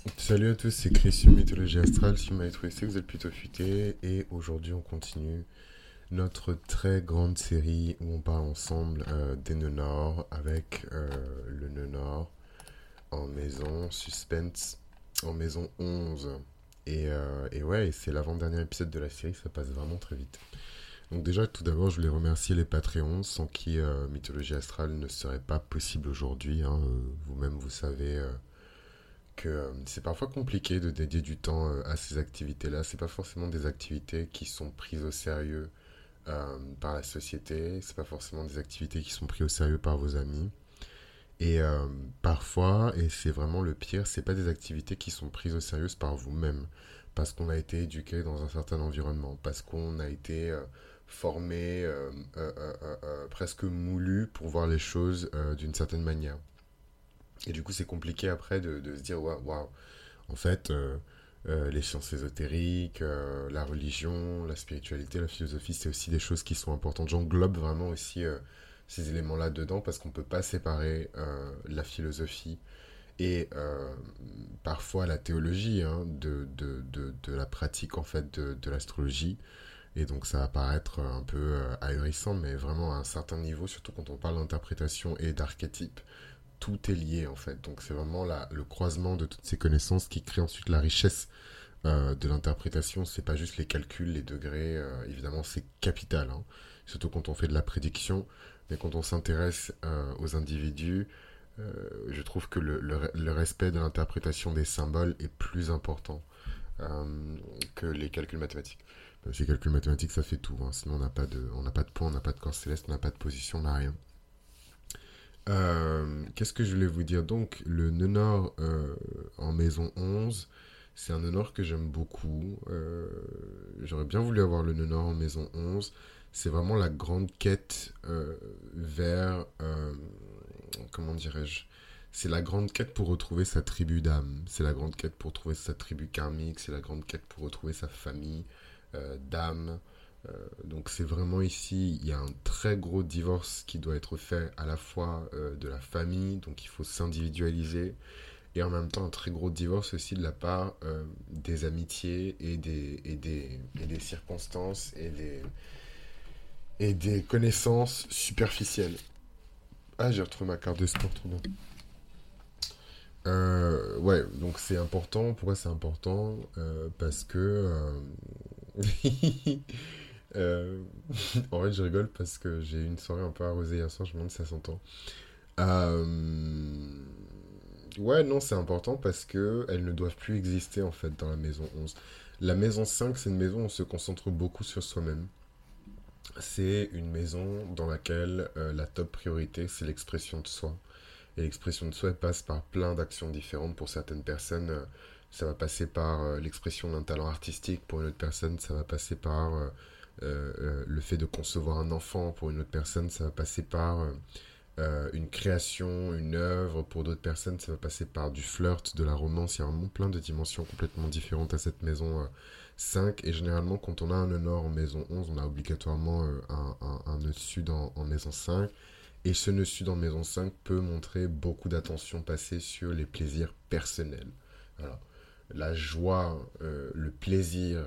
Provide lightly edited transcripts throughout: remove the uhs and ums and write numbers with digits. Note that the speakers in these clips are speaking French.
Salut à tous, c'est Christian Mythologie Astrale. Si vous m'avez trouvé, c'est que vous êtes plutôt futé. Et aujourd'hui, on continue notre très grande série où on parle ensemble des nœuds nord avec le nœud nord en maison suspense, en maison 11. Et ouais, c'est l'avant-dernier épisode de la série, ça passe vraiment très vite. Donc déjà, tout d'abord, je voulais remercier les Patreons sans qui Mythologie Astrale ne serait pas possible aujourd'hui, hein. Vous-même, vous savez que c'est parfois compliqué de dédier du temps à ces activités-là. C'est pas forcément des activités qui sont prises au sérieux par la société. C'est pas forcément des activités qui sont prises au sérieux par vos amis. Et parfois, et c'est vraiment le pire, c'est pas des activités qui sont prises au sérieux par vous-même, parce qu'on a été éduqué dans un certain environnement, parce qu'on a été formé, presque moulu pour voir les choses d'une certaine manière. Et du coup, c'est compliqué après de se dire, waouh, wow, en fait, les sciences ésotériques, la religion, la spiritualité, la philosophie, c'est aussi des choses qui sont importantes. J'englobe vraiment aussi ces éléments-là dedans parce qu'on ne peut pas séparer la philosophie et parfois la théologie hein, de la pratique en fait de l'astrologie. Et donc ça va paraître un peu ahurissant, mais vraiment à un certain niveau, surtout quand on parle d'interprétation et d'archétype, tout est lié en fait. Donc c'est vraiment le croisement de toutes ces connaissances qui crée ensuite la richesse de l'interprétation. C'est pas juste les calculs, les degrés. Évidemment, c'est capital, hein. Surtout quand on fait de la prédiction. Mais quand on s'intéresse aux individus, je trouve que le respect de l'interprétation des symboles est plus important que les calculs mathématiques. Parce que les calculs mathématiques, ça fait tout, hein. Sinon, on n'a pas de point, on n'a pas de corps céleste, on n'a pas de position, on n'a rien. Qu'est-ce que je voulais vous dire? Donc, le nœud nord en maison 11, c'est un nœud nord que j'aime beaucoup. J'aurais bien voulu avoir le nœud nord en maison 11. C'est vraiment la grande quête vers... comment dirais-je? C'est la grande quête pour retrouver sa tribu d'âme. C'est la grande quête pour trouver sa tribu karmique. C'est la grande quête pour retrouver sa famille d'âme. Donc c'est vraiment ici, il y a un très gros divorce qui doit être fait à la fois de la famille, donc il faut s'individualiser, et en même temps un très gros divorce aussi de la part des amitiés et des circonstances et des connaissances superficielles. Ah, j'ai retrouvé ma carte de sport, trop bien. Ouais, donc c'est important. Pourquoi c'est important? Parce que... Euh, en fait, je rigole parce que j'ai eu une soirée un peu arrosée hier soir, je me demande si ça s'entend. Euh, Ouais, non, c'est important parce que elles ne doivent plus exister en fait dans la maison 11. La maison 5, c'est une maison où on se concentre beaucoup sur soi-même. C'est une maison dans laquelle la top priorité, c'est l'expression de soi. Et l'expression de soi elle passe par plein d'actions différentes. Pour certaines personnes, ça va passer par l'expression d'un talent artistique. Pour une autre personne, ça va passer par le fait de concevoir un enfant. Pour une autre personne, ça va passer par une création, une œuvre. Pour d'autres personnes, ça va passer par du flirt, de la romance. Il y a vraiment plein de dimensions complètement différentes à cette maison 5. Et généralement, quand on a un nœud nord en maison 11, on a obligatoirement un nœud sud en maison 5. Et ce nœud sud en maison 5 peut montrer beaucoup d'attention passée sur les plaisirs personnels. Voilà. La joie, le plaisir,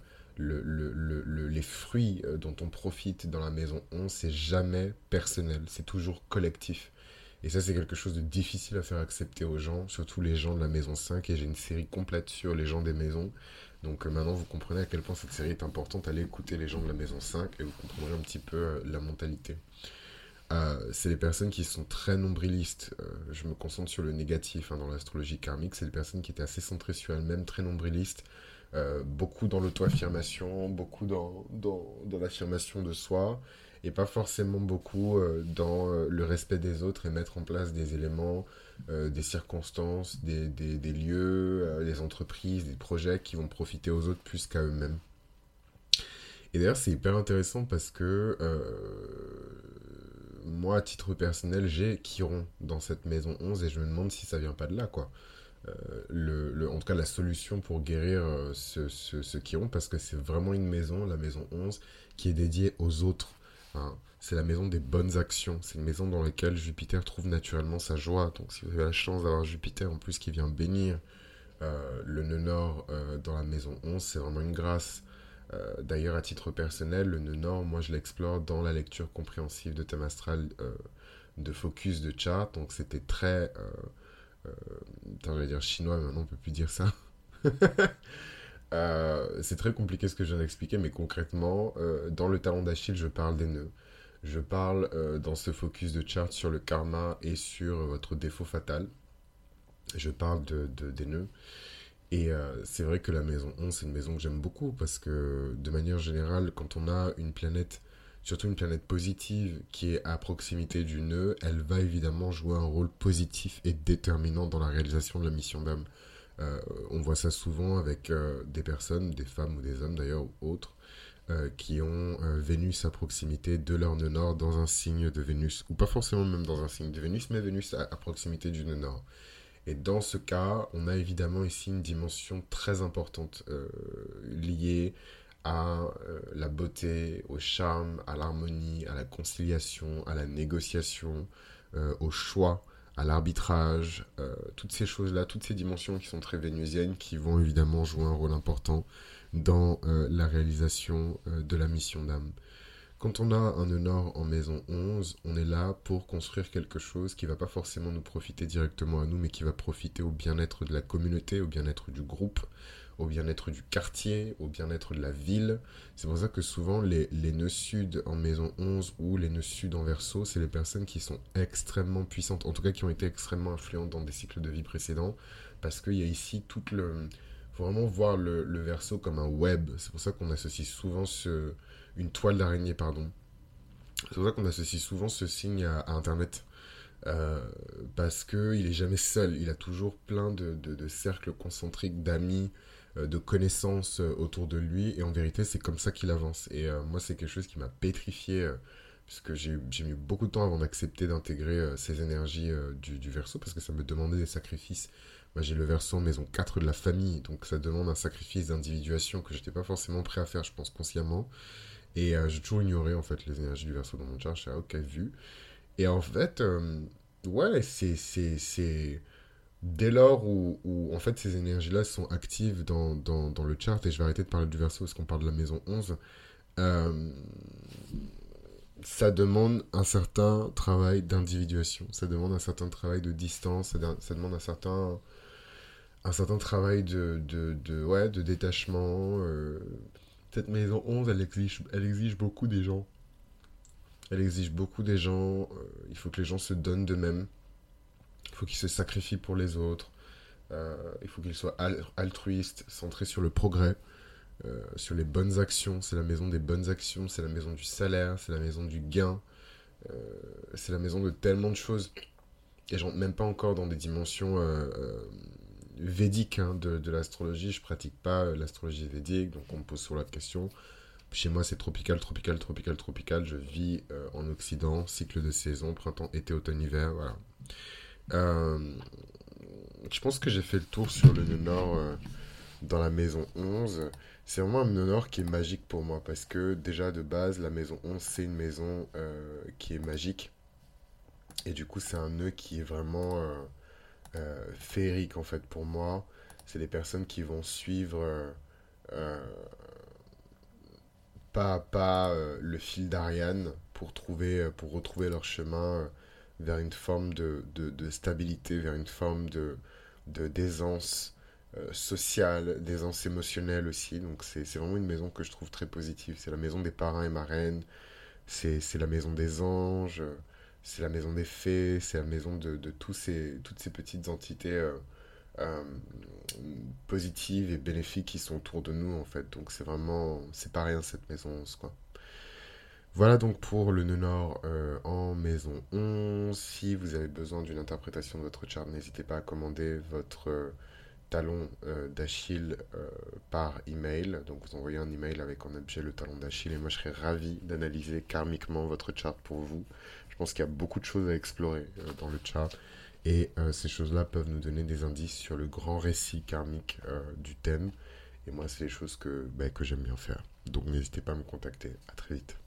les fruits dont on profite dans la maison 11, c'est jamais personnel, c'est toujours collectif. Et ça, c'est quelque chose de difficile à faire accepter aux gens, surtout les gens de la maison 5. Et j'ai une série complète sur les gens des maisons. Donc maintenant, vous comprenez à quel point cette série est importante. Allez écouter les gens de la maison 5 et vous comprendrez un petit peu la mentalité. C'est les personnes qui sont très nombrilistes. Je me concentre sur le négatif hein, dans l'astrologie karmique. C'est les personnes qui étaient assez centrées sur elles-mêmes, très nombrilistes. Beaucoup dans l'auto-affirmation, beaucoup dans l'affirmation de soi, et pas forcément beaucoup dans le respect des autres et mettre en place des éléments, des circonstances, des lieux, des entreprises, des projets qui vont profiter aux autres plus qu'à eux-mêmes. Et d'ailleurs, c'est hyper intéressant parce que moi, à titre personnel, j'ai Chiron dans cette maison 11 et je me demande si ça vient pas de là, quoi. En tout cas, la solution pour guérir ce Chiron, parce que c'est vraiment une maison, la maison 11, qui est dédiée aux autres, hein. C'est la maison des bonnes actions. C'est une maison dans laquelle Jupiter trouve naturellement sa joie. Donc, si vous avez la chance d'avoir Jupiter en plus qui vient bénir Le nœud nord dans la maison 11, c'est vraiment une grâce. D'ailleurs, à titre personnel, le nœud nord, moi, je l'explore dans la lecture compréhensive de thème astral de focus de chart. Donc, c'était très... attends, j'allais dire chinois, mais maintenant, on peut plus dire ça. C'est très compliqué ce que je viens d'expliquer, mais concrètement, dans le talon d'Achille, je parle des nœuds. Je parle dans ce focus de chart sur le karma et sur votre défaut fatal. Je parle des nœuds. Et c'est vrai que la maison 11, c'est une maison que j'aime beaucoup parce que de manière générale, quand on a une planète, surtout une planète positive qui est à proximité du nœud, elle va évidemment jouer un rôle positif et déterminant dans la réalisation de la mission d'âme. Euh, on voit ça souvent avec des personnes, des femmes ou des hommes d'ailleurs, ou autres, qui ont Vénus à proximité de leur nœud nord dans un signe de Vénus, ou pas forcément même dans un signe de Vénus, mais Vénus à proximité du nœud nord. Et dans ce cas, on a évidemment ici une dimension très importante liée à la beauté, au charme, à l'harmonie, à la conciliation, à la négociation, au choix, à l'arbitrage, toutes ces choses-là, toutes ces dimensions qui sont très vénusiennes, qui vont évidemment jouer un rôle important dans la réalisation de la mission d'âme. Quand on a un nœud nord en maison 11, on est là pour construire quelque chose qui ne va pas forcément nous profiter directement à nous, mais qui va profiter au bien-être de la communauté, au bien-être du groupe, au bien-être du quartier, au bien-être de la ville. C'est pour ça que souvent les nœuds sud en maison 11 ou les nœuds sud en verso, c'est les personnes qui sont extrêmement puissantes, en tout cas qui ont été extrêmement influentes dans des cycles de vie précédents, parce qu'il y a ici tout le... Il faut vraiment voir le verso comme un web. C'est pour ça qu'on associe souvent une toile d'araignée, pardon. C'est pour ça qu'on associe souvent ce signe à Internet. Parce qu'il est jamais seul. Il a toujours plein de cercles concentriques d'amis, de connaissances autour de lui. Et en vérité, c'est comme ça qu'il avance. Et moi, c'est quelque chose qui m'a pétrifié. Puisque j'ai mis beaucoup de temps avant d'accepter d'intégrer ces énergies du verso. Parce que ça me demandait des sacrifices. Moi, j'ai le verso en maison 4 de la famille. Donc ça demande un sacrifice d'individuation que j'étais pas forcément prêt à faire, je pense, consciemment. Et j'ai toujours ignoré en fait les énergies du verso dans mon chart. Je suis ok, vu. Et en fait, ouais, c'est dès lors où en fait ces énergies-là sont actives dans le chart, et je vais arrêter de parler du verso parce qu'on parle de la maison 11, euh, ça demande un certain travail d'individuation, ça demande un certain travail de distance, ça demande un certain travail ouais, de détachement. Cette maison 11, elle exige beaucoup des gens. Elle exige beaucoup des gens. Il faut que les gens se donnent d'eux-mêmes. Il faut qu'ils se sacrifient pour les autres. Il faut qu'ils soient altruistes, centrés sur le progrès, sur les bonnes actions. C'est la maison des bonnes actions, c'est la maison du salaire, c'est la maison du gain, euh, c'est la maison de tellement de choses. Et je rentre même pas encore dans des dimensions védiques hein, de l'astrologie. Je pratique pas l'astrologie védique, donc on me pose sur la question. Chez moi, c'est tropical, tropical, tropical, tropical. Je vis en Occident, cycle de saison, printemps, été, automne, hiver, voilà. Euh, je pense que j'ai fait le tour sur le nœud nord dans la maison 11. C'est vraiment un nœud nord qui est magique pour moi parce que déjà de base, la maison 11, c'est une maison qui est magique. Et du coup, c'est un nœud qui est vraiment féerique en fait pour moi. C'est des personnes qui vont suivre euh, pas à pas le fil d'Ariane pour retrouver leur chemin vers une forme de stabilité, vers une forme d'aisance sociale, d'aisance émotionnelle aussi. Donc c'est vraiment une maison que je trouve très positive. C'est la maison des parrains et marraines, c'est la maison des anges, c'est la maison des fées, c'est la maison de toutes ces petites entités euh, positives et bénéfiques qui sont autour de nous en fait. Donc c'est vraiment, c'est pas rien cette maison 11 quoi. Voilà donc pour le nœud nord en maison 11. Si vous avez besoin d'une interprétation de votre chart, n'hésitez pas à commander votre talon d'Achille par email. Donc vous envoyez un email avec en objet le talon d'Achille et moi je serai ravi d'analyser karmiquement votre chart pour vous. Je pense qu'il y a beaucoup de choses à explorer dans le chart et ces choses-là peuvent nous donner des indices sur le grand récit karmique du thème. Et moi, c'est les choses que j'aime bien faire. Donc n'hésitez pas à me contacter. À très vite.